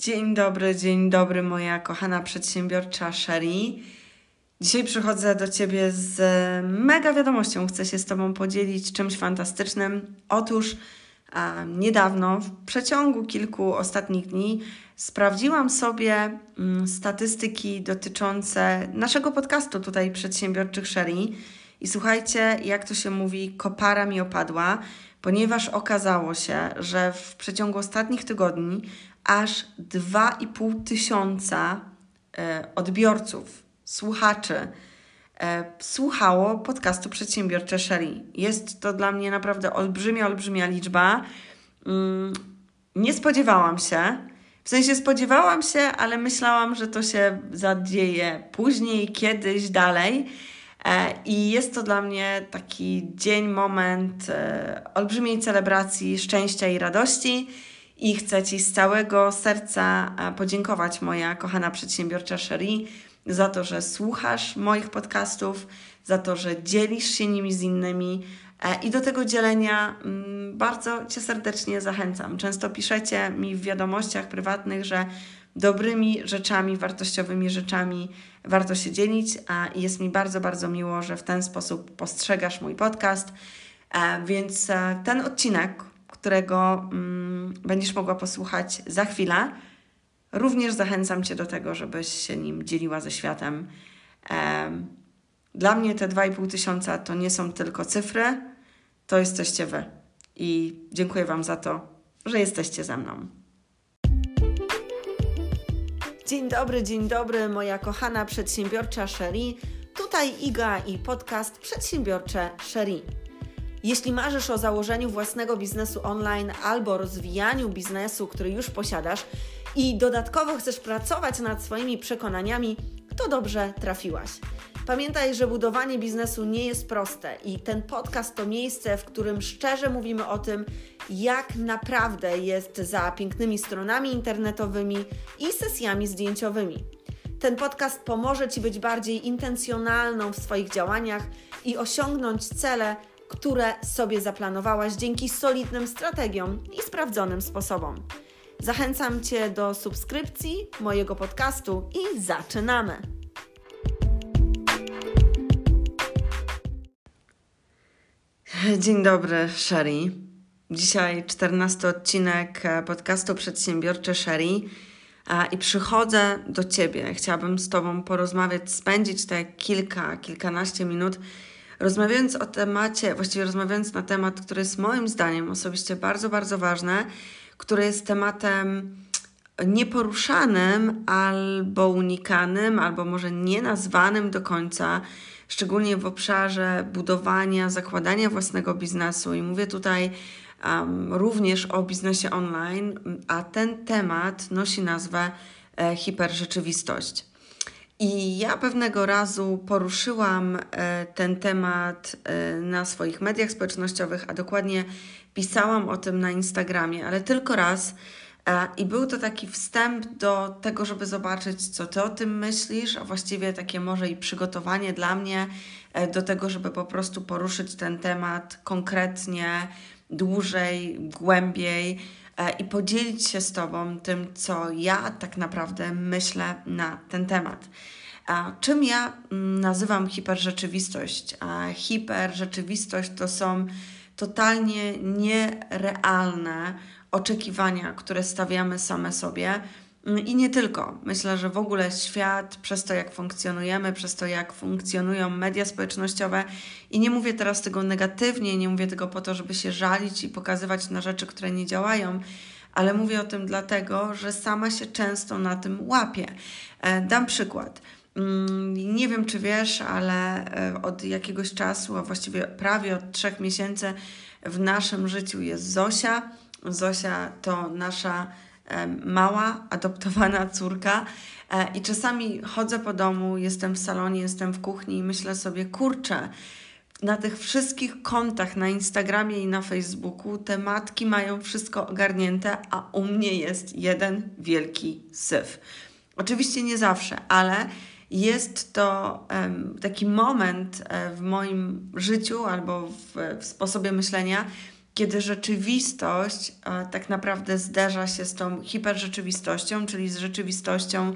Dzień dobry moja kochana przedsiębiorcza Sherry. Dzisiaj przychodzę do Ciebie z mega wiadomością. Chcę się z Tobą podzielić czymś fantastycznym. Otóż niedawno, w przeciągu kilku ostatnich dni, sprawdziłam sobie statystyki dotyczące naszego podcastu tutaj Przedsiębiorczych Sherry. I słuchajcie, jak to się mówi, kopara mi opadła, ponieważ okazało się, że w przeciągu ostatnich tygodni aż 2,5 tysiąca odbiorców, słuchaczy słuchało podcastu Przedsiębiorcze Sherry. Jest to dla mnie naprawdę olbrzymia liczba. Nie spodziewałam się. W sensie spodziewałam się, ale myślałam, że to się zadzieje później, kiedyś, dalej. I jest to dla mnie taki dzień, moment olbrzymiej celebracji, szczęścia i radości. I chcę Ci z całego serca podziękować, moja kochana przedsiębiorcza Sherry, za to, że słuchasz moich podcastów, za to, że dzielisz się nimi z innymi i do tego dzielenia bardzo Cię serdecznie zachęcam. Często piszecie mi w wiadomościach prywatnych, że dobrymi rzeczami, wartościowymi rzeczami warto się dzielić i jest mi bardzo miło, że w ten sposób postrzegasz mój podcast, więc ten odcinek, którego będziesz mogła posłuchać za chwilę, również zachęcam Cię do tego, żebyś się nim dzieliła ze światem. Dla mnie te 2,5 tysiąca to nie są tylko cyfry, to jesteście Wy. I dziękuję Wam za to, że jesteście ze mną. Dzień dobry, moja kochana przedsiębiorcza Sherry. Tutaj Iga i podcast Przedsiębiorcze Sherry. Jeśli marzysz o założeniu własnego biznesu online albo rozwijaniu biznesu, który już posiadasz i dodatkowo chcesz pracować nad swoimi przekonaniami, to dobrze trafiłaś. Pamiętaj, że budowanie biznesu nie jest proste i ten podcast to miejsce, w którym szczerze mówimy o tym, jak naprawdę jest za pięknymi stronami internetowymi i sesjami zdjęciowymi. Ten podcast pomoże Ci być bardziej intencjonalną w swoich działaniach i osiągnąć cele, które sobie zaplanowałaś dzięki solidnym strategiom i sprawdzonym sposobom. Zachęcam Cię do subskrypcji mojego podcastu i zaczynamy! Dzień dobry, Sherry. Dzisiaj 14 odcinek podcastu Przedsiębiorcze Sherry i przychodzę do Ciebie. Chciałabym z Tobą porozmawiać, spędzić te kilkanaście minut rozmawiając o temacie, właściwie rozmawiając na temat, który jest moim zdaniem osobiście bardzo ważny, który jest tematem nieporuszanym albo unikanym, albo może nie nazwanym do końca, szczególnie w obszarze budowania, zakładania własnego biznesu i mówię tutaj również o biznesie online, a ten temat nosi nazwę hiperrzeczywistość. I ja pewnego razu poruszyłam ten temat na swoich mediach społecznościowych, a dokładnie pisałam o tym na Instagramie, ale tylko raz. I był to taki wstęp do tego, żeby zobaczyć, co Ty o tym myślisz, a właściwie takie może i przygotowanie dla mnie do tego, żeby po prostu poruszyć ten temat konkretnie, dłużej, głębiej i podzielić się z Tobą tym, co ja tak naprawdę myślę na ten temat. Czym ja nazywam hiperrzeczywistość? Hiperrzeczywistość to są totalnie nierealne oczekiwania, które stawiamy same sobie i nie tylko. Myślę, że w ogóle świat, przez to jak funkcjonujemy, przez to jak funkcjonują media społecznościowe i nie mówię teraz tego negatywnie, nie mówię tego po to, żeby się żalić i pokazywać na rzeczy, które nie działają, ale mówię o tym dlatego, że sama się często na tym łapię. Dam przykład. Nie wiem, czy wiesz, ale od jakiegoś czasu, a właściwie prawie od 3 miesięcy w naszym życiu jest Zosia. Zosia to nasza mała, adoptowana córka i czasami chodzę po domu, jestem w salonie, jestem w kuchni i myślę sobie, kurczę, na tych wszystkich kontach na Instagramie i na Facebooku te matki mają wszystko ogarnięte, a u mnie jest jeden wielki syf. Oczywiście nie zawsze, ale jest to taki moment w moim życiu albo w sposobie myślenia, kiedy rzeczywistość tak naprawdę zderza się z tą hiperrzeczywistością, czyli z rzeczywistością,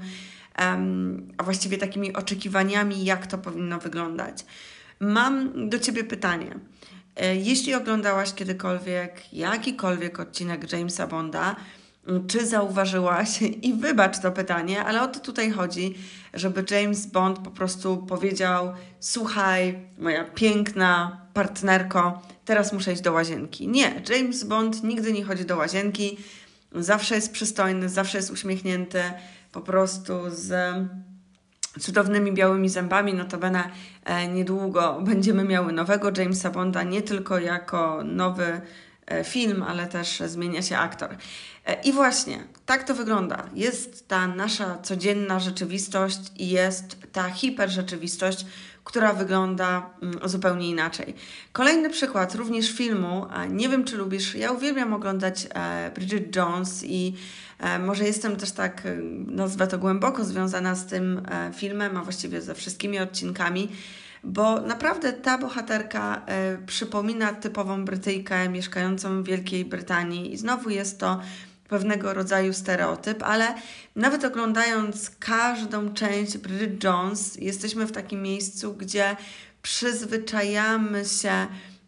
a właściwie takimi oczekiwaniami, jak to powinno wyglądać. Mam do Ciebie pytanie. Jeśli oglądałaś kiedykolwiek jakikolwiek odcinek Jamesa Bonda, czy zauważyłaś, i wybacz to pytanie, ale o to tutaj chodzi, żeby James Bond po prostu powiedział: słuchaj, moja piękna partnerko, teraz muszę iść do łazienki. Nie, James Bond nigdy nie chodzi do łazienki, zawsze jest przystojny, zawsze jest uśmiechnięty, po prostu z cudownymi białymi zębami. Notabene niedługo będziemy miały nowego Jamesa Bonda, nie tylko jako nowy film, ale też zmienia się aktor. I właśnie tak to wygląda. Jest ta nasza codzienna rzeczywistość i jest ta hiperrzeczywistość, która wygląda zupełnie inaczej. Kolejny przykład również filmu. Nie wiem, czy lubisz, ja uwielbiam oglądać Bridget Jones i może jestem też tak, nazwę to, głęboko związana z tym filmem, a właściwie ze wszystkimi odcinkami, bo naprawdę ta bohaterka przypomina typową Brytyjkę mieszkającą w Wielkiej Brytanii i znowu jest to pewnego rodzaju stereotyp, ale nawet oglądając każdą część Bridget Jones, jesteśmy w takim miejscu, gdzie przyzwyczajamy się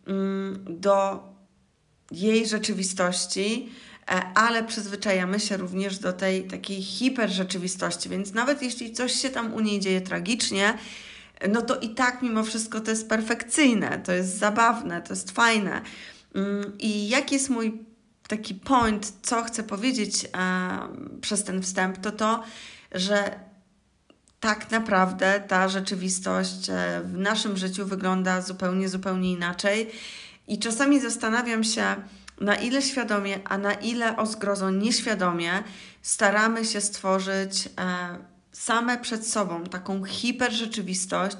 do jej rzeczywistości, ale przyzwyczajamy się również do tej takiej hiperrzeczywistości, więc nawet jeśli coś się tam u niej dzieje tragicznie, no to i tak mimo wszystko to jest perfekcyjne, to jest zabawne, to jest fajne. I jaki jest mój taki point, co chcę powiedzieć przez ten wstęp, to, że tak naprawdę ta rzeczywistość w naszym życiu wygląda zupełnie inaczej. I czasami zastanawiam się, na ile świadomie, a na ile o zgrozo nieświadomie staramy się stworzyć same przed sobą taką hiperrzeczywistość,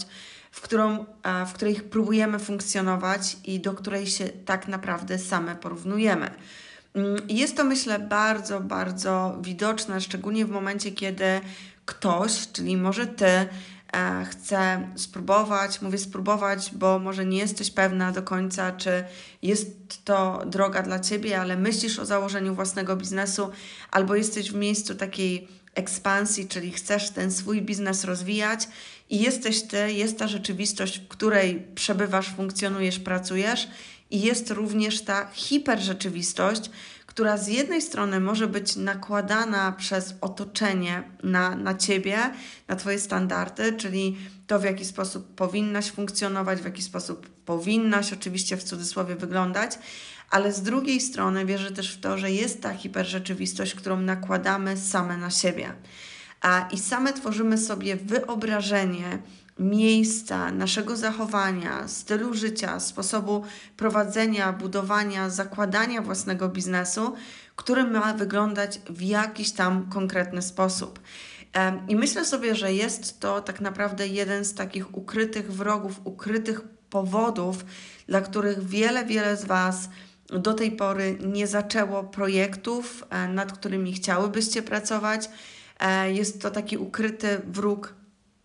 w której próbujemy funkcjonować i do której się tak naprawdę same porównujemy. Jest to, myślę, bardzo, bardzo widoczne, szczególnie w momencie, kiedy ktoś, czyli może Ty, chce spróbować, mówię spróbować, bo może nie jesteś pewna do końca, czy jest to droga dla Ciebie, ale myślisz o założeniu własnego biznesu, albo jesteś w miejscu takiej ekspansji, czyli chcesz ten swój biznes rozwijać i jesteś Ty, jest ta rzeczywistość, w której przebywasz, funkcjonujesz, pracujesz i jest również ta hiperrzeczywistość, która z jednej strony może być nakładana przez otoczenie na Ciebie, na Twoje standardy, czyli to, w jaki sposób powinnaś funkcjonować, w jaki sposób powinnaś oczywiście w cudzysłowie wyglądać, ale z drugiej strony wierzę też w to, że jest ta hiperrzeczywistość, którą nakładamy same na siebie. I same tworzymy sobie wyobrażenie miejsca, naszego zachowania, stylu życia, sposobu prowadzenia, budowania, zakładania własnego biznesu, który ma wyglądać w jakiś tam konkretny sposób. I myślę sobie, że jest to tak naprawdę jeden z takich ukrytych wrogów, ukrytych powodów, dla których wiele z Was do tej pory nie zaczęło projektów, nad którymi chciałybyście pracować. Jest to taki ukryty wróg,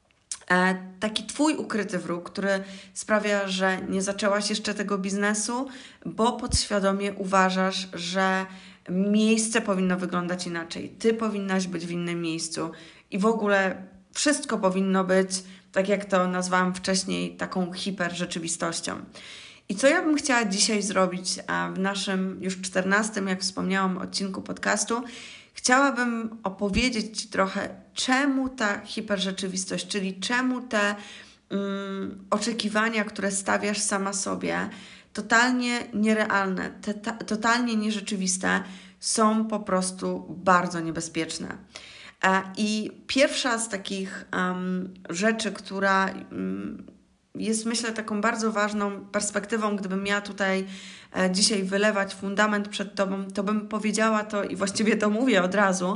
taki Twój ukryty wróg, który sprawia, że nie zaczęłaś jeszcze tego biznesu, bo podświadomie uważasz, że miejsce powinno wyglądać inaczej. Ty powinnaś być w innym miejscu i w ogóle wszystko powinno być, tak jak to nazwałam wcześniej, taką hiperrzeczywistością. I co ja bym chciała dzisiaj zrobić w naszym już 14, jak wspomniałam, odcinku podcastu, chciałabym opowiedzieć Ci trochę, czemu ta hiperrzeczywistość, czyli czemu te oczekiwania, które stawiasz sama sobie, totalnie nierealne, totalnie nierzeczywiste, są po prostu bardzo niebezpieczne. I pierwsza z takich rzeczy, która jest, myślę, taką bardzo ważną perspektywą, gdybym miała tutaj dzisiaj wylewać fundament przed Tobą, to bym powiedziała to i właściwie to mówię od razu,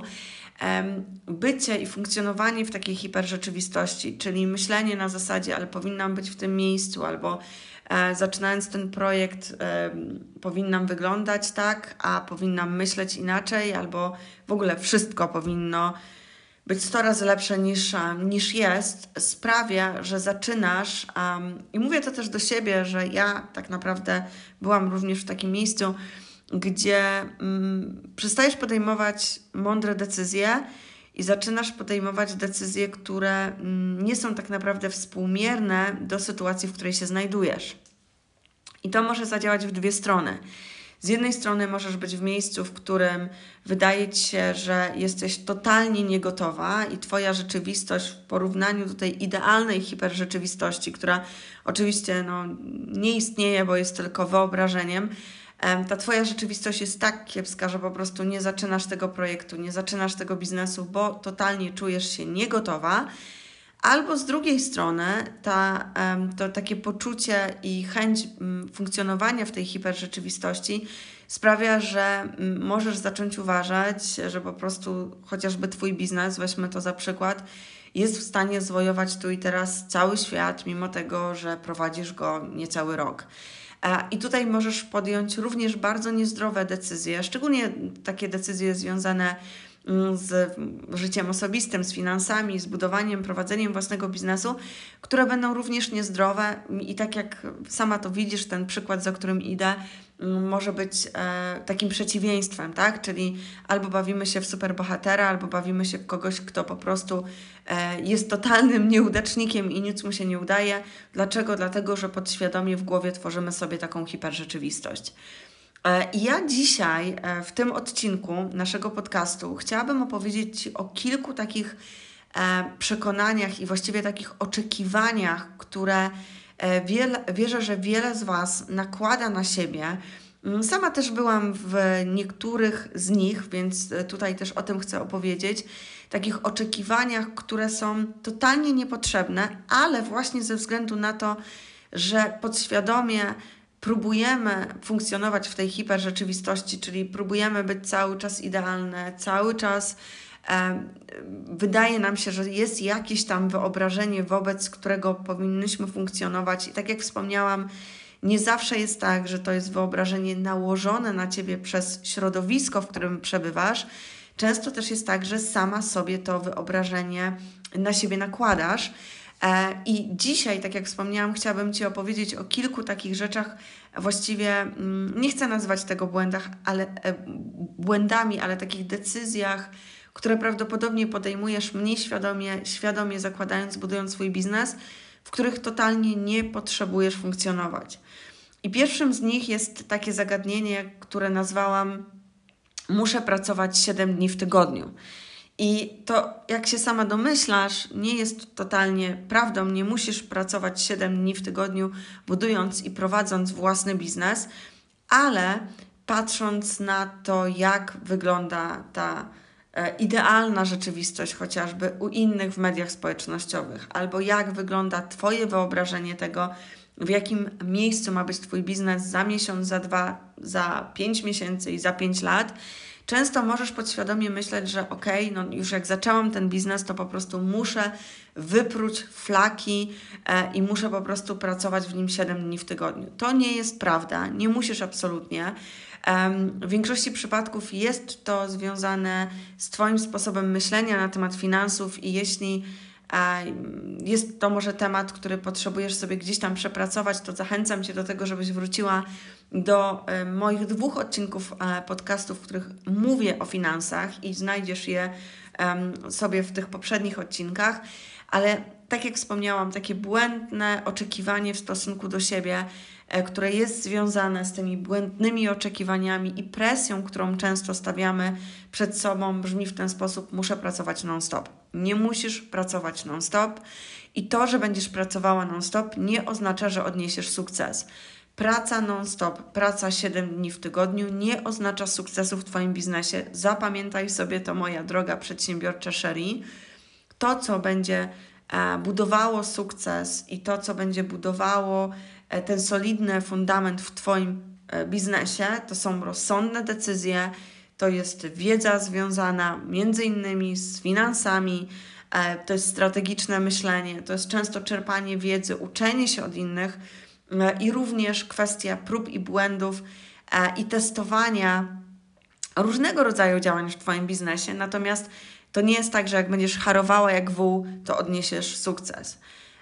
bycie i funkcjonowanie w takiej hiperrzeczywistości, czyli myślenie na zasadzie, ale powinnam być w tym miejscu, albo zaczynając ten projekt powinnam wyglądać tak, a powinnam myśleć inaczej, albo w ogóle wszystko powinno być 100 razy lepsze niż jest, sprawia, że zaczynasz, i mówię to też do siebie, że ja tak naprawdę byłam również w takim miejscu, gdzie przestajesz podejmować mądre decyzje i zaczynasz podejmować decyzje, które nie są tak naprawdę współmierne do sytuacji, w której się znajdujesz. I to może zadziałać w dwie strony. Z jednej strony możesz być w miejscu, w którym wydaje Ci się, że jesteś totalnie niegotowa i Twoja rzeczywistość w porównaniu do tej idealnej hiperrzeczywistości, która oczywiście nie istnieje, bo jest tylko wyobrażeniem, ta Twoja rzeczywistość jest tak kiepska, że po prostu nie zaczynasz tego projektu, nie zaczynasz tego biznesu, bo totalnie czujesz się niegotowa. Albo z drugiej strony to takie poczucie i chęć funkcjonowania w tej hiperrzeczywistości sprawia, że możesz zacząć uważać, że po prostu chociażby Twój biznes, weźmy to za przykład, jest w stanie zwojować tu i teraz cały świat, mimo tego, że prowadzisz go niecały rok. I tutaj możesz podjąć również bardzo niezdrowe decyzje, szczególnie takie decyzje związane z życiem osobistym, z finansami, z budowaniem, prowadzeniem własnego biznesu, które będą również niezdrowe i tak jak sama to widzisz, ten przykład, za którym idę, może być takim przeciwieństwem, tak? Czyli albo bawimy się w superbohatera, albo bawimy się w kogoś, kto po prostu jest totalnym nieudacznikiem i nic mu się nie udaje. Dlaczego? Dlatego, że podświadomie w głowie tworzymy sobie taką hiperrzeczywistość. I ja dzisiaj w tym odcinku naszego podcastu chciałabym opowiedzieć Ci o kilku takich przekonaniach i właściwie takich oczekiwaniach, które wierzę, że wiele z Was nakłada na siebie. Sama też byłam w niektórych z nich, więc tutaj też o tym chcę opowiedzieć. Takich oczekiwaniach, które są totalnie niepotrzebne, ale właśnie ze względu na to, że podświadomie próbujemy funkcjonować w tej hiperrzeczywistości, czyli próbujemy być cały czas idealne, cały czas wydaje nam się, że jest jakieś tam wyobrażenie, wobec którego powinnyśmy funkcjonować. I tak jak wspomniałam, nie zawsze jest tak, że to jest wyobrażenie nałożone na Ciebie przez środowisko, w którym przebywasz. Często też jest tak, że sama sobie to wyobrażenie na siebie nakładasz. I dzisiaj, tak jak wspomniałam, chciałabym Ci opowiedzieć o kilku takich rzeczach, właściwie nie chcę nazywać tego błędami, ale takich decyzjach, które prawdopodobnie podejmujesz mniej świadomie zakładając, budując swój biznes, w których totalnie nie potrzebujesz funkcjonować. I pierwszym z nich jest takie zagadnienie, które nazwałam: muszę pracować 7 dni w tygodniu. I to, jak się sama domyślasz, nie jest totalnie prawdą. Nie musisz pracować 7 dni w tygodniu, budując i prowadząc własny biznes, ale patrząc na to, jak wygląda ta idealna rzeczywistość chociażby u innych w mediach społecznościowych, albo jak wygląda Twoje wyobrażenie tego, w jakim miejscu ma być Twój biznes za miesiąc, za 2, za 5 miesięcy i za 5 lat, często możesz podświadomie myśleć, że już jak zaczęłam ten biznes, to po prostu muszę wypróć flaki i muszę po prostu pracować w nim 7 dni w tygodniu. To nie jest prawda, nie musisz absolutnie. W większości przypadków jest to związane z Twoim sposobem myślenia na temat finansów i jeśli jest to może temat, który potrzebujesz sobie gdzieś tam przepracować, to zachęcam Cię do tego, żebyś wróciła do moich 2 odcinków podcastów, w których mówię o finansach i znajdziesz je sobie w tych poprzednich odcinkach, ale tak jak wspomniałam, takie błędne oczekiwanie w stosunku do siebie, które jest związane z tymi błędnymi oczekiwaniami i presją, którą często stawiamy przed sobą, brzmi w ten sposób: muszę pracować non-stop. Nie musisz pracować non-stop i to, że będziesz pracowała non-stop, nie oznacza, że odniesiesz sukces. Praca non-stop, praca 7 dni w tygodniu nie oznacza sukcesu w Twoim biznesie. Zapamiętaj sobie to, moja droga przedsiębiorcza Sherry. To, co będzie budowało sukces i to, co będzie budowało ten solidny fundament w Twoim biznesie, to są rozsądne decyzje, to jest wiedza związana między innymi z finansami, to jest strategiczne myślenie, to jest często czerpanie wiedzy, uczenie się od innych i również kwestia prób i błędów i testowania różnego rodzaju działań w Twoim biznesie. Natomiast To nie jest tak, że jak będziesz harowała jak wół, to odniesiesz sukces.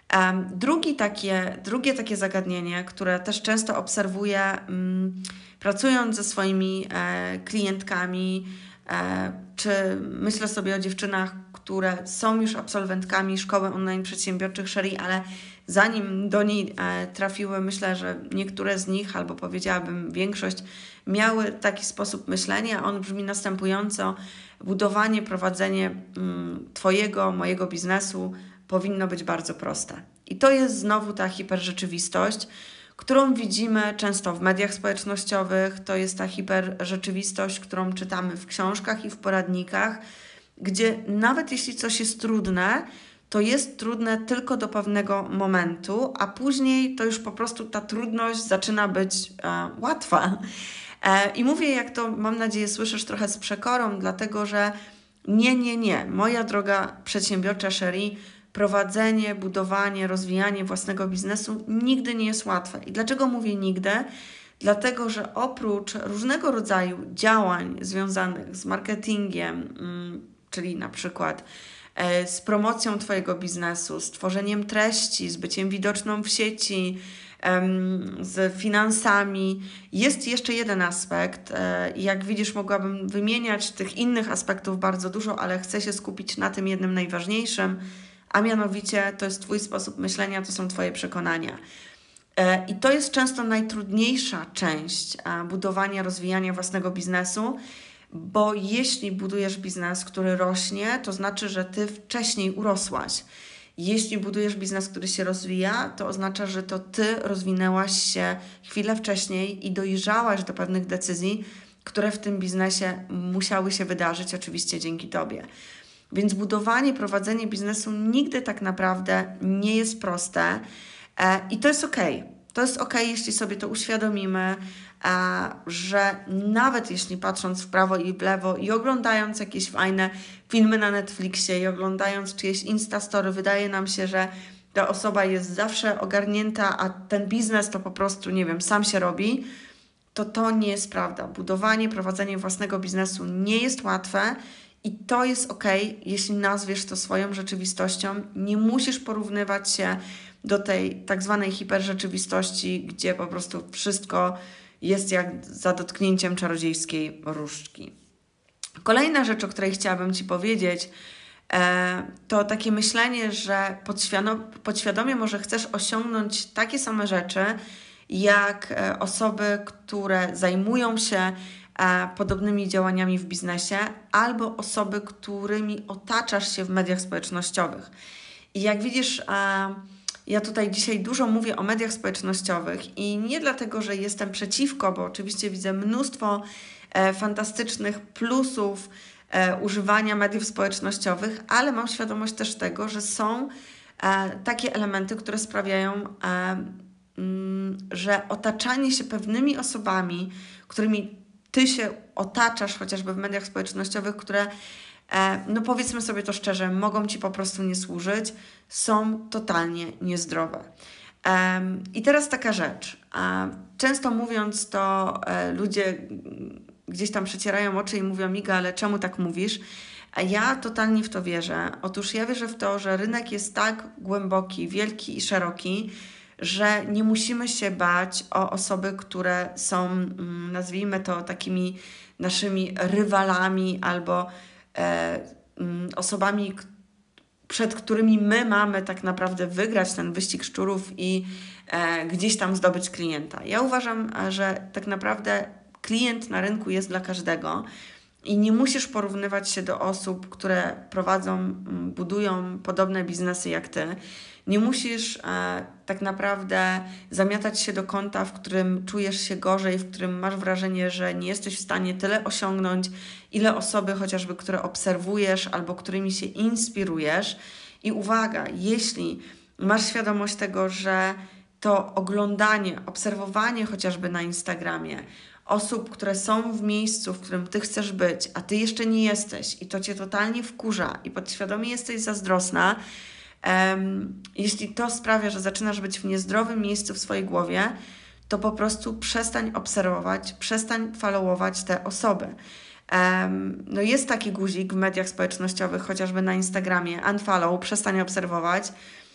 Drugie takie zagadnienie, które też często obserwuję, pracując ze swoimi klientkami, czy myślę sobie o dziewczynach, które są już absolwentkami szkoły online przedsiębiorczych Sherry, ale zanim do niej trafiły, myślę, że niektóre z nich, albo powiedziałabym większość, miały taki sposób myślenia. On brzmi następująco: budowanie, prowadzenie mojego biznesu powinno być bardzo proste. I to jest znowu ta hiperrzeczywistość, którą widzimy często w mediach społecznościowych. To jest ta hiperrzeczywistość, którą czytamy w książkach i w poradnikach, gdzie nawet jeśli coś jest trudne, to jest trudne tylko do pewnego momentu, a później to już po prostu ta trudność zaczyna być łatwa. I mówię, jak to, mam nadzieję, słyszysz trochę z przekorą, dlatego że nie. Moja droga przedsiębiorcza Sherry, prowadzenie, budowanie, rozwijanie własnego biznesu nigdy nie jest łatwe. I dlaczego mówię nigdy? Dlatego, że oprócz różnego rodzaju działań związanych z marketingiem, czyli na przykład z promocją Twojego biznesu, z tworzeniem treści, z byciem widoczną w sieci, z finansami, jest jeszcze jeden aspekt. Jak widzisz, mogłabym wymieniać tych innych aspektów bardzo dużo, ale chcę się skupić na tym jednym najważniejszym, a mianowicie to jest Twój sposób myślenia, to są Twoje przekonania. I to jest często najtrudniejsza część budowania, rozwijania własnego biznesu, bo jeśli budujesz biznes, który rośnie, to znaczy, że Ty wcześniej urosłaś. Jeśli budujesz biznes, który się rozwija, to oznacza, że to Ty rozwinęłaś się chwilę wcześniej i dojrzałaś do pewnych decyzji, które w tym biznesie musiały się wydarzyć, oczywiście dzięki Tobie. Więc budowanie, prowadzenie biznesu nigdy tak naprawdę nie jest proste i to jest okej. To jest okej, jeśli sobie to uświadomimy, że nawet jeśli patrząc w prawo i w lewo i oglądając jakieś fajne filmy na Netflixie i oglądając czyjeś Instastory, wydaje nam się, że ta osoba jest zawsze ogarnięta, a ten biznes to po prostu, nie wiem, sam się robi, to nie jest prawda. Budowanie, prowadzenie własnego biznesu nie jest łatwe i to jest okej, jeśli nazwiesz to swoją rzeczywistością. Nie musisz porównywać się do tej tak zwanej hiperrzeczywistości, gdzie po prostu wszystko jest jak za dotknięciem czarodziejskiej różdżki. Kolejna rzecz, o której chciałabym Ci powiedzieć, to takie myślenie, że podświadomie może chcesz osiągnąć takie same rzeczy, jak osoby, które zajmują się podobnymi działaniami w biznesie, albo osoby, którymi otaczasz się w mediach społecznościowych. I jak widzisz, ja tutaj dzisiaj dużo mówię o mediach społecznościowych i nie dlatego, że jestem przeciwko, bo oczywiście widzę mnóstwo fantastycznych plusów używania mediów społecznościowych, ale mam świadomość też tego, że są takie elementy, które sprawiają, że otaczanie się pewnymi osobami, którymi Ty się otaczasz chociażby w mediach społecznościowych, które, no powiedzmy sobie to szczerze, mogą Ci po prostu nie służyć, są totalnie niezdrowe. I teraz taka rzecz. Często mówiąc to ludzie gdzieś tam przecierają oczy i mówią: Iga, ale czemu tak mówisz? A ja totalnie w to wierzę. Otóż ja wierzę w to, że rynek jest tak głęboki, wielki i szeroki, że nie musimy się bać o osoby, które są, nazwijmy to, takimi naszymi rywalami albo osobami, przed którymi my mamy tak naprawdę wygrać ten wyścig szczurów i gdzieś tam zdobyć klienta. Ja uważam, że tak naprawdę klient na rynku jest dla każdego i nie musisz porównywać się do osób, które prowadzą, budują podobne biznesy jak Ty. Nie musisz tak naprawdę zamiatać się do kąta, w którym czujesz się gorzej, w którym masz wrażenie, że nie jesteś w stanie tyle osiągnąć, ile osoby chociażby, które obserwujesz albo którymi się inspirujesz. I uwaga, jeśli masz świadomość tego, że to oglądanie, obserwowanie chociażby na Instagramie osób, które są w miejscu, w którym Ty chcesz być, a Ty jeszcze nie jesteś i to Cię totalnie wkurza i podświadomie jesteś zazdrosna, jeśli to sprawia, że zaczynasz być w niezdrowym miejscu w swojej głowie, to po prostu przestań obserwować, przestań followować te osoby. No jest taki guzik w mediach społecznościowych, chociażby na Instagramie, unfollow, przestań obserwować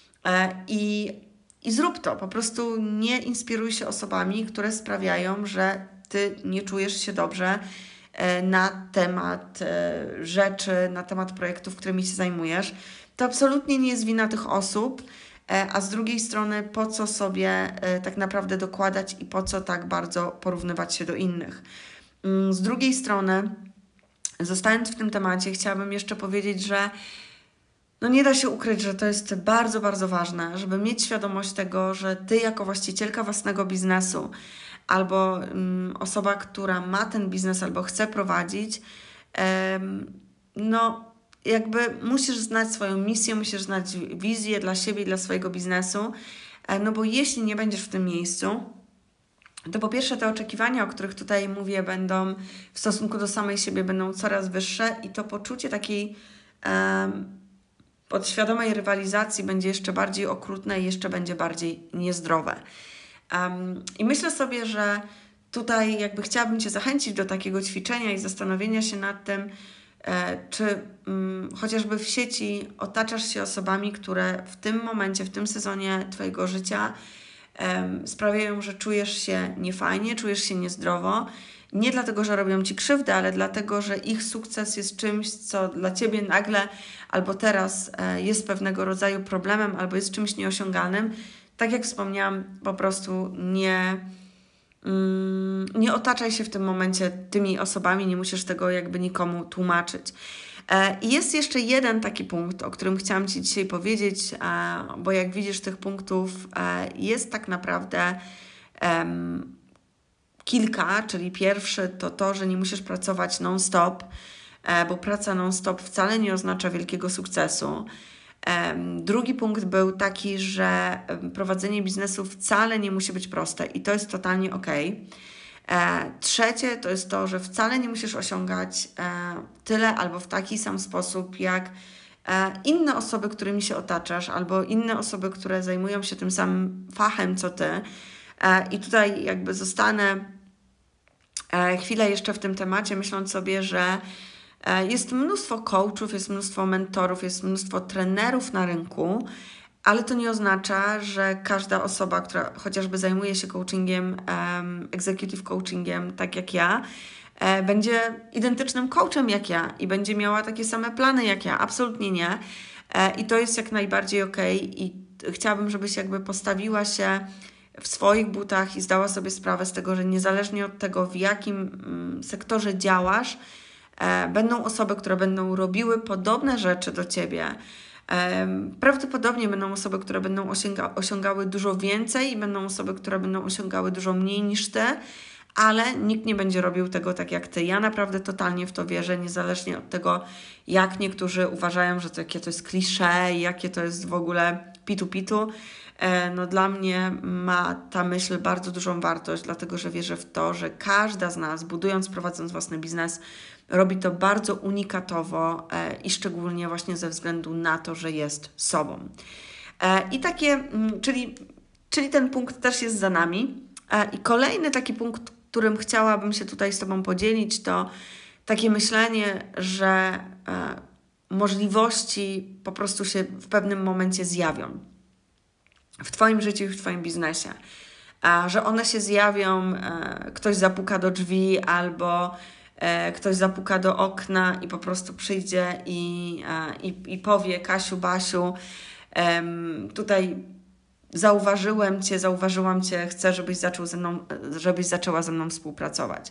i zrób to. Po prostu nie inspiruj się osobami, które sprawiają, że Ty nie czujesz się dobrze na temat rzeczy, na temat projektów, którymi się zajmujesz. To absolutnie nie jest wina tych osób, a z drugiej strony po co sobie tak naprawdę dokładać i po co tak bardzo porównywać się do innych. Z drugiej strony, zostając w tym temacie, chciałabym jeszcze powiedzieć, że no nie da się ukryć, że to jest bardzo, bardzo ważne, żeby mieć świadomość tego, że Ty jako właścicielka własnego biznesu albo osoba, która ma ten biznes albo chce prowadzić, no jakby musisz znać swoją misję, musisz znać wizję dla siebie i dla swojego biznesu, no bo jeśli nie będziesz w tym miejscu, to po pierwsze te oczekiwania, o których tutaj mówię, będą w stosunku do samej siebie będą coraz wyższe i to poczucie takiej podświadomej rywalizacji będzie jeszcze bardziej okrutne i jeszcze będzie bardziej niezdrowe. I myślę sobie, że tutaj jakby chciałabym Cię zachęcić do takiego ćwiczenia i zastanowienia się nad tym, czy chociażby w sieci otaczasz się osobami, które w tym momencie, w tym sezonie Twojego życia sprawiają, że czujesz się niefajnie, czujesz się niezdrowo. Nie dlatego, że robią Ci krzywdę, ale dlatego, że ich sukces jest czymś, co dla Ciebie nagle albo teraz jest pewnego rodzaju problemem, albo jest czymś nieosiągalnym. Tak jak wspomniałam, po prostu nie otaczaj się w tym momencie tymi osobami, nie musisz tego jakby nikomu tłumaczyć. I jest jeszcze jeden taki punkt, o którym chciałam Ci dzisiaj powiedzieć, bo jak widzisz tych punktów jest tak naprawdę kilka, czyli pierwszy to, że nie musisz pracować non-stop, bo praca non-stop wcale nie oznacza wielkiego sukcesu. Drugi punkt był taki, że prowadzenie biznesu wcale nie musi być proste i to jest totalnie okej. Trzecie to jest to, że wcale nie musisz osiągać tyle albo w taki sam sposób jak inne osoby, którymi się otaczasz, albo inne osoby, które zajmują się tym samym fachem co Ty. I tutaj jakby zostanę chwilę jeszcze w tym temacie, myśląc sobie, że jest mnóstwo coachów, jest mnóstwo mentorów, jest mnóstwo trenerów na rynku, ale to nie oznacza, że każda osoba, która chociażby zajmuje się coachingiem, executive coachingiem, tak jak ja, będzie identycznym coachem jak ja i będzie miała takie same plany jak ja. Absolutnie nie. I to jest jak najbardziej okej. I chciałabym, żebyś jakby postawiła się w swoich butach i zdała sobie sprawę z tego, że niezależnie od tego, w jakim sektorze działasz, będą osoby, które będą robiły podobne rzeczy do Ciebie. Prawdopodobnie będą osoby, które będą osiągały dużo więcej i będą osoby, które będą osiągały dużo mniej niż Ty, ale nikt nie będzie robił tego tak jak Ty. Ja naprawdę totalnie w to wierzę, niezależnie od tego, jak niektórzy uważają, że to jakie to jest klisze, jakie to jest w ogóle pitu. No dla mnie ma ta myśl bardzo dużą wartość, dlatego że wierzę w to, że każda z nas, budując, prowadząc własny biznes, robi to bardzo unikatowo i szczególnie właśnie ze względu na to, że jest sobą. I takie, czyli ten punkt też jest za nami. I kolejny taki punkt, którym chciałabym się tutaj z Tobą podzielić, to takie myślenie, że możliwości po prostu się w pewnym momencie zjawią w Twoim życiu i w Twoim biznesie. Że one się zjawią, ktoś zapuka do drzwi albo ktoś zapuka do okna i po prostu przyjdzie i powie: Kasiu, Basiu, tutaj zauważyłam Cię, chcę, żebyś zaczęła ze mną współpracować.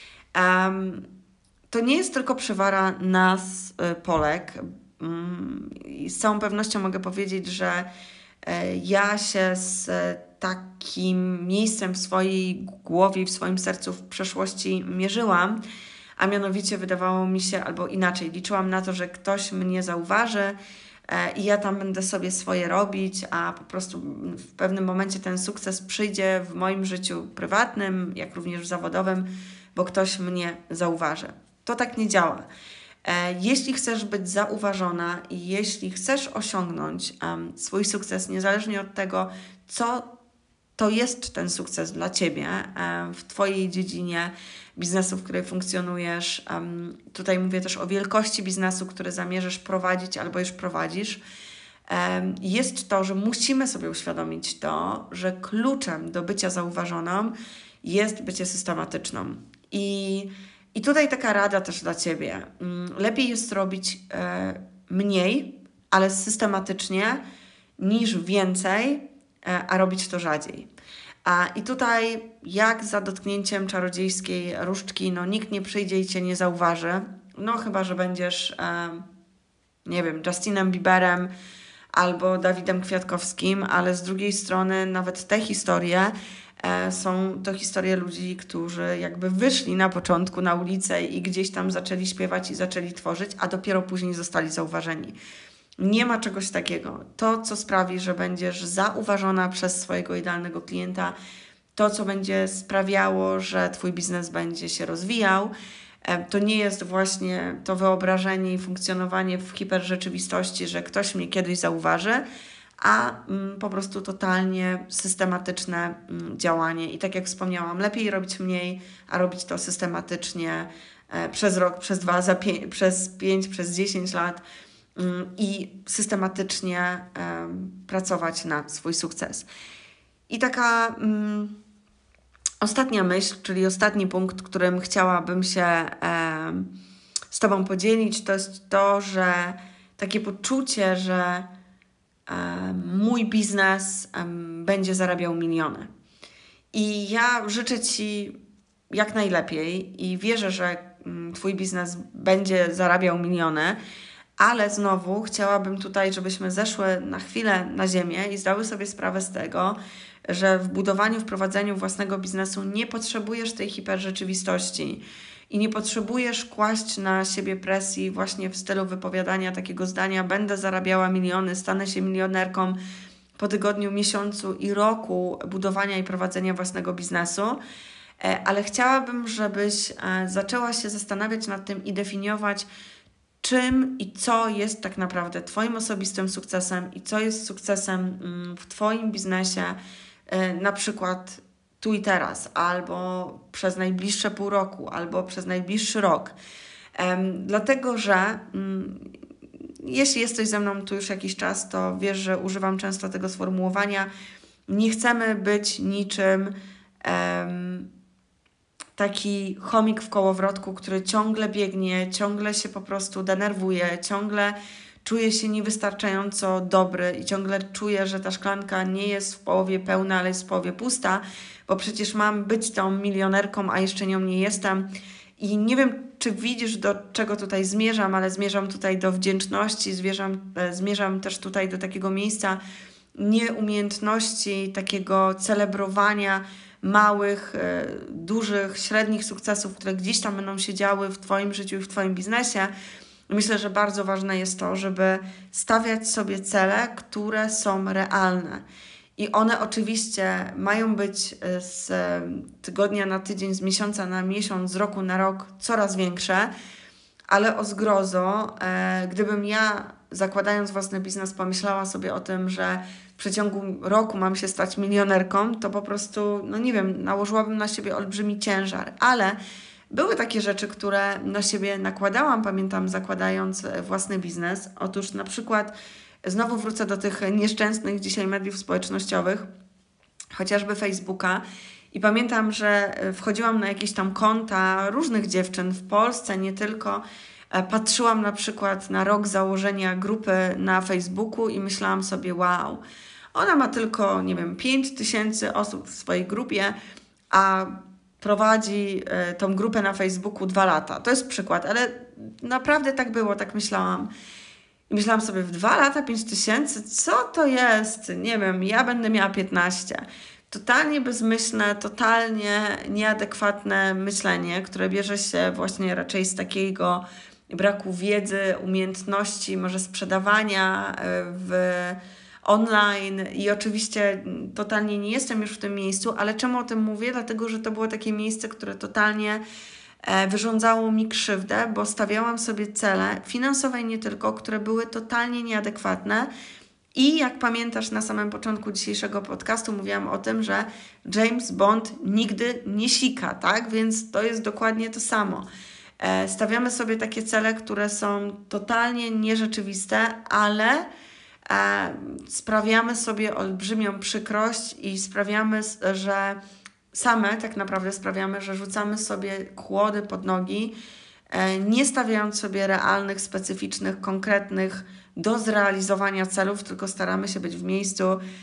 To nie jest tylko przywara nas, Polek. I z całą pewnością mogę powiedzieć, że ja się z takim miejscem w swojej głowie, w swoim sercu w przeszłości mierzyłam, a mianowicie wydawało mi się, albo inaczej, liczyłam na to, że ktoś mnie zauważy i ja tam będę sobie swoje robić, a po prostu w pewnym momencie ten sukces przyjdzie w moim życiu prywatnym, jak również zawodowym, bo ktoś mnie zauważy. To tak nie działa. Jeśli chcesz być zauważona i jeśli chcesz osiągnąć swój sukces, niezależnie od tego, co to jest ten sukces dla Ciebie w Twojej dziedzinie biznesu, w której funkcjonujesz. Tutaj mówię też o wielkości biznesu, który zamierzasz prowadzić albo już prowadzisz. Jest to, że musimy sobie uświadomić to, że kluczem do bycia zauważoną jest bycie systematyczną. I tutaj taka rada też dla Ciebie. Lepiej jest robić mniej, ale systematycznie, niż więcej, a robić to rzadziej. I tutaj jak za dotknięciem czarodziejskiej różdżki, no nikt nie przyjdzie i Cię nie zauważy, no chyba, że będziesz, nie wiem, Justinem Bieberem albo Dawidem Kwiatkowskim, ale z drugiej strony nawet te historie są to historie ludzi, którzy jakby wyszli na początku na ulicę i gdzieś tam zaczęli śpiewać i zaczęli tworzyć, a dopiero później zostali zauważeni. Nie ma czegoś takiego. To, co sprawi, że będziesz zauważona przez swojego idealnego klienta, to, co będzie sprawiało, że Twój biznes będzie się rozwijał, to nie jest właśnie to wyobrażenie i funkcjonowanie w hiperrzeczywistości, że ktoś mnie kiedyś zauważy, a po prostu totalnie systematyczne działanie. I tak jak wspomniałam, lepiej robić mniej, a robić to systematycznie przez rok, przez 2, przez 5, przez 10 lat i systematycznie pracować na swój sukces. I taka ostatnia myśl, czyli ostatni punkt, którym chciałabym się z Tobą podzielić, to jest to, że takie poczucie, że mój biznes będzie zarabiał miliony. I ja życzę Ci jak najlepiej i wierzę, że Twój biznes będzie zarabiał miliony, ale znowu chciałabym tutaj, żebyśmy zeszły na chwilę na ziemię i zdały sobie sprawę z tego, że w budowaniu, w prowadzeniu własnego biznesu nie potrzebujesz tej hiperrzeczywistości i nie potrzebujesz kłaść na siebie presji właśnie w stylu wypowiadania takiego zdania: będę zarabiała miliony, stanę się milionerką po tygodniu, miesiącu i roku budowania i prowadzenia własnego biznesu. Ale chciałabym, żebyś zaczęła się zastanawiać nad tym i definiować, czym i co jest tak naprawdę Twoim osobistym sukcesem i co jest sukcesem w Twoim biznesie, na przykład tu i teraz, albo przez najbliższe pół roku, albo przez najbliższy rok. Dlatego, że jeśli jesteś ze mną tu już jakiś czas, to wiesz, że używam często tego sformułowania: nie chcemy być niczym taki chomik w kołowrotku, który ciągle biegnie, ciągle się po prostu denerwuje, ciągle czuje się niewystarczająco dobry i ciągle czuje, że ta szklanka nie jest w połowie pełna, ale jest w połowie pusta, bo przecież mam być tą milionerką, a jeszcze nią nie jestem. I nie wiem, czy widzisz, do czego tutaj zmierzam, ale zmierzam tutaj do wdzięczności, zmierzam też tutaj do takiego miejsca nieumiejętności, takiego celebrowania małych, dużych, średnich sukcesów, które gdzieś tam będą się działy w Twoim życiu i w Twoim biznesie. Myślę, że bardzo ważne jest to, żeby stawiać sobie cele, które są realne. I one oczywiście mają być z tygodnia na tydzień, z miesiąca na miesiąc, z roku na rok coraz większe, ale o zgrozo, gdybym ja, zakładając własny biznes, pomyślała sobie o tym, że w przeciągu roku mam się stać milionerką, to po prostu, no nie wiem, nałożyłabym na siebie olbrzymi ciężar. Ale były takie rzeczy, które na siebie nakładałam, pamiętam, zakładając własny biznes. Otóż na przykład, znowu wrócę do tych nieszczęsnych dzisiaj mediów społecznościowych, chociażby Facebooka. I pamiętam, że wchodziłam na jakieś tam konta różnych dziewczyn w Polsce, nie tylko. Patrzyłam na przykład na rok założenia grupy na Facebooku i myślałam sobie: wow, ona ma tylko, nie wiem, 5000 osób w swojej grupie, a prowadzi tą grupę na Facebooku 2 lata. To jest przykład, ale naprawdę tak było, tak myślałam. I myślałam sobie: w 2 lata 5000? Co to jest? Nie wiem, ja będę miała 15. Totalnie bezmyślne, totalnie nieadekwatne myślenie, które bierze się właśnie raczej z takiego braku wiedzy, umiejętności, może sprzedawania w online. I oczywiście totalnie nie jestem już w tym miejscu, ale czemu o tym mówię? Dlatego, że to było takie miejsce, które totalnie wyrządzało mi krzywdę, bo stawiałam sobie cele finansowe i nie tylko, które były totalnie nieadekwatne I jak pamiętasz, na samym początku dzisiejszego podcastu mówiłam o tym, że James Bond nigdy nie sika, tak? Więc to jest dokładnie to samo. Stawiamy sobie takie cele, które są totalnie nierzeczywiste, ale sprawiamy sobie olbrzymią przykrość i sprawiamy, że tak naprawdę sprawiamy, że rzucamy sobie kłody pod nogi, nie stawiając sobie realnych, specyficznych, konkretnych do zrealizowania celów, tylko staramy się być w miejscu,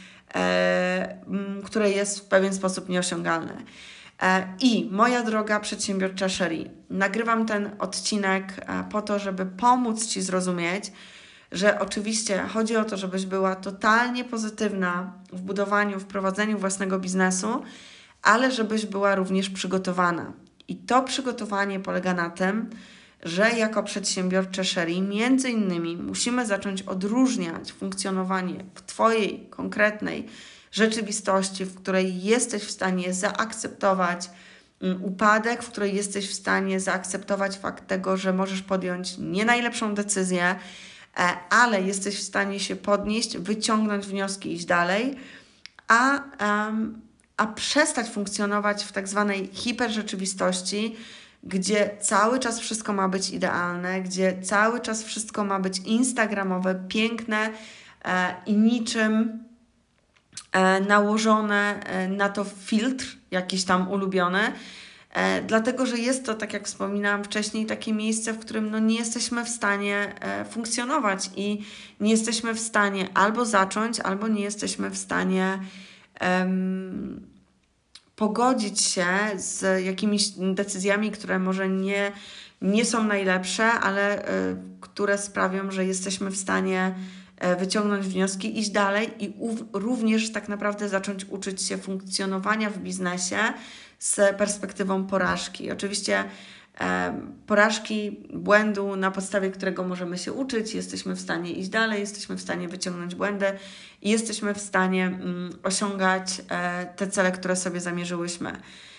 które jest w pewien sposób nieosiągalne. I moja droga przedsiębiorcza Sherry, nagrywam ten odcinek po to, żeby pomóc Ci zrozumieć, że oczywiście chodzi o to, żebyś była totalnie pozytywna w budowaniu, w prowadzeniu własnego biznesu, ale żebyś była również przygotowana. I to przygotowanie polega na tym, że jako przedsiębiorcze Sherry między innymi musimy zacząć odróżniać funkcjonowanie w Twojej konkretnej rzeczywistości, w której jesteś w stanie zaakceptować upadek, w której jesteś w stanie zaakceptować fakt tego, że możesz podjąć nie najlepszą decyzję, ale jesteś w stanie się podnieść, wyciągnąć wnioski i iść dalej, a przestać funkcjonować w tak zwanej hiperrzeczywistości, gdzie cały czas wszystko ma być idealne, gdzie cały czas wszystko ma być instagramowe, piękne i niczym nałożone na to filtr jakiś tam ulubiony, dlatego, że jest to, tak jak wspominałam wcześniej, takie miejsce, w którym nie jesteśmy w stanie funkcjonować i nie jesteśmy w stanie albo zacząć, albo nie jesteśmy w stanie pogodzić się z jakimiś decyzjami, które może nie są najlepsze, ale które sprawią, że jesteśmy w stanie wyciągnąć wnioski, iść dalej i również tak naprawdę zacząć uczyć się funkcjonowania w biznesie z perspektywą porażki. Oczywiście porażki, błędu, na podstawie którego możemy się uczyć, jesteśmy w stanie iść dalej, jesteśmy w stanie wyciągnąć błędy i jesteśmy w stanie osiągać te cele, które sobie zamierzyłyśmy.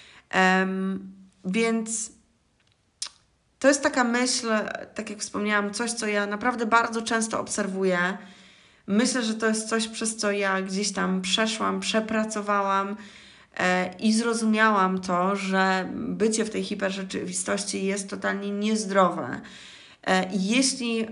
Więc to jest taka myśl, tak jak wspomniałam, coś, co ja naprawdę bardzo często obserwuję. Myślę, że to jest coś, przez co ja gdzieś tam przeszłam, przepracowałam i zrozumiałam to, że bycie w tej hiperrzeczywistości jest totalnie niezdrowe. I jeśli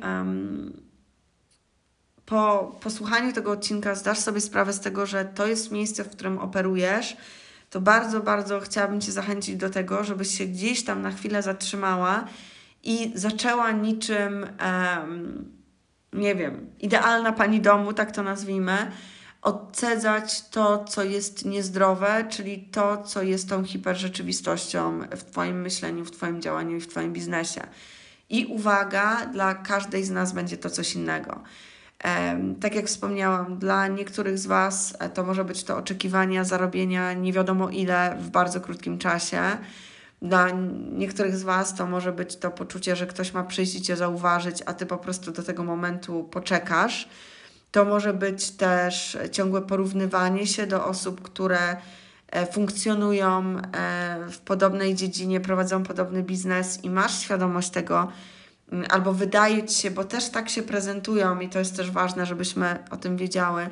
po posłuchaniu tego odcinka zdasz sobie sprawę z tego, że to jest miejsce, w którym operujesz, to bardzo, bardzo chciałabym Cię zachęcić do tego, żebyś się gdzieś tam na chwilę zatrzymała i zaczęła niczym, nie wiem, idealna pani domu, tak to nazwijmy, odcedzać to, co jest niezdrowe, czyli to, co jest tą hiperrzeczywistością w Twoim myśleniu, w Twoim działaniu i w Twoim biznesie. I uwaga, dla każdej z nas będzie to coś innego. Tak jak wspomniałam, dla niektórych z Was to może być to oczekiwania zarobienia nie wiadomo ile w bardzo krótkim czasie. Dla niektórych z Was to może być to poczucie, że ktoś ma przyjść i Cię zauważyć, a Ty po prostu do tego momentu poczekasz. To może być też ciągłe porównywanie się do osób, które funkcjonują w podobnej dziedzinie, prowadzą podobny biznes i masz świadomość tego, albo wydaje Ci się, bo też tak się prezentują i to jest też ważne, żebyśmy o tym wiedziały,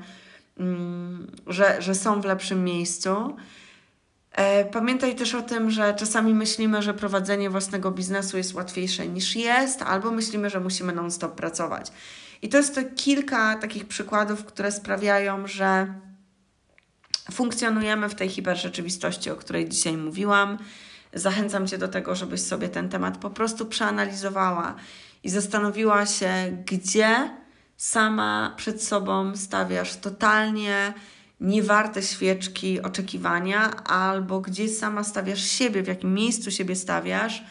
że są w lepszym miejscu. Pamiętaj też o tym, że czasami myślimy, że prowadzenie własnego biznesu jest łatwiejsze niż jest, albo myślimy, że musimy non-stop pracować. I to jest to kilka takich przykładów, które sprawiają, że funkcjonujemy w tej hiperrzeczywistości, o której dzisiaj mówiłam. Zachęcam Cię do tego, żebyś sobie ten temat po prostu przeanalizowała i zastanowiła się, gdzie sama przed sobą stawiasz totalnie niewarte świeczki oczekiwania, albo gdzie sama stawiasz siebie, w jakim miejscu siebie stawiasz,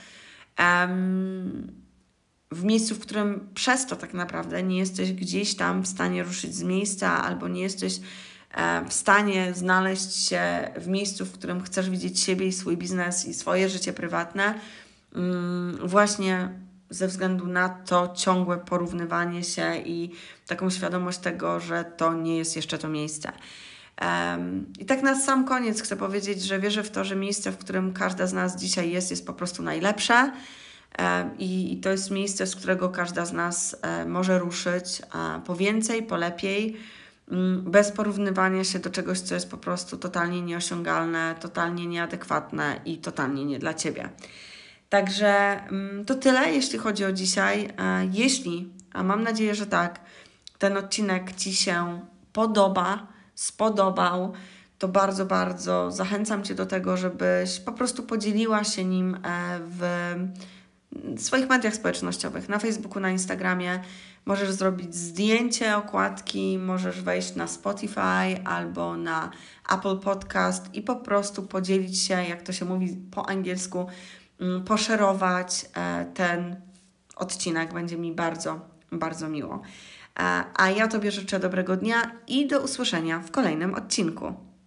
w miejscu, w którym przez to tak naprawdę nie jesteś gdzieś tam w stanie ruszyć z miejsca, albo nie jesteś w stanie znaleźć się w miejscu, w którym chcesz widzieć siebie i swój biznes i swoje życie prywatne, właśnie ze względu na to ciągłe porównywanie się i taką świadomość tego, że to nie jest jeszcze to miejsce. I tak na sam koniec chcę powiedzieć, że wierzę w to, że miejsce, w którym każda z nas dzisiaj jest po prostu najlepsze i to jest miejsce, z którego każda z nas może ruszyć po więcej, po lepiej. bez porównywania się do czegoś, co jest po prostu totalnie nieosiągalne, totalnie nieadekwatne i totalnie nie dla Ciebie. Także to tyle, jeśli chodzi o dzisiaj. Jeśli, a mam nadzieję, że tak, ten odcinek Ci się spodobał, to bardzo, bardzo zachęcam Cię do tego, żebyś po prostu podzieliła się nim w swoich mediach społecznościowych, na Facebooku, na Instagramie. Możesz zrobić zdjęcie okładki, możesz wejść na Spotify albo na Apple Podcast i po prostu podzielić się, jak to się mówi po angielsku, poszerować ten odcinek. Będzie mi bardzo, bardzo miło. A ja Tobie życzę dobrego dnia i do usłyszenia w kolejnym odcinku.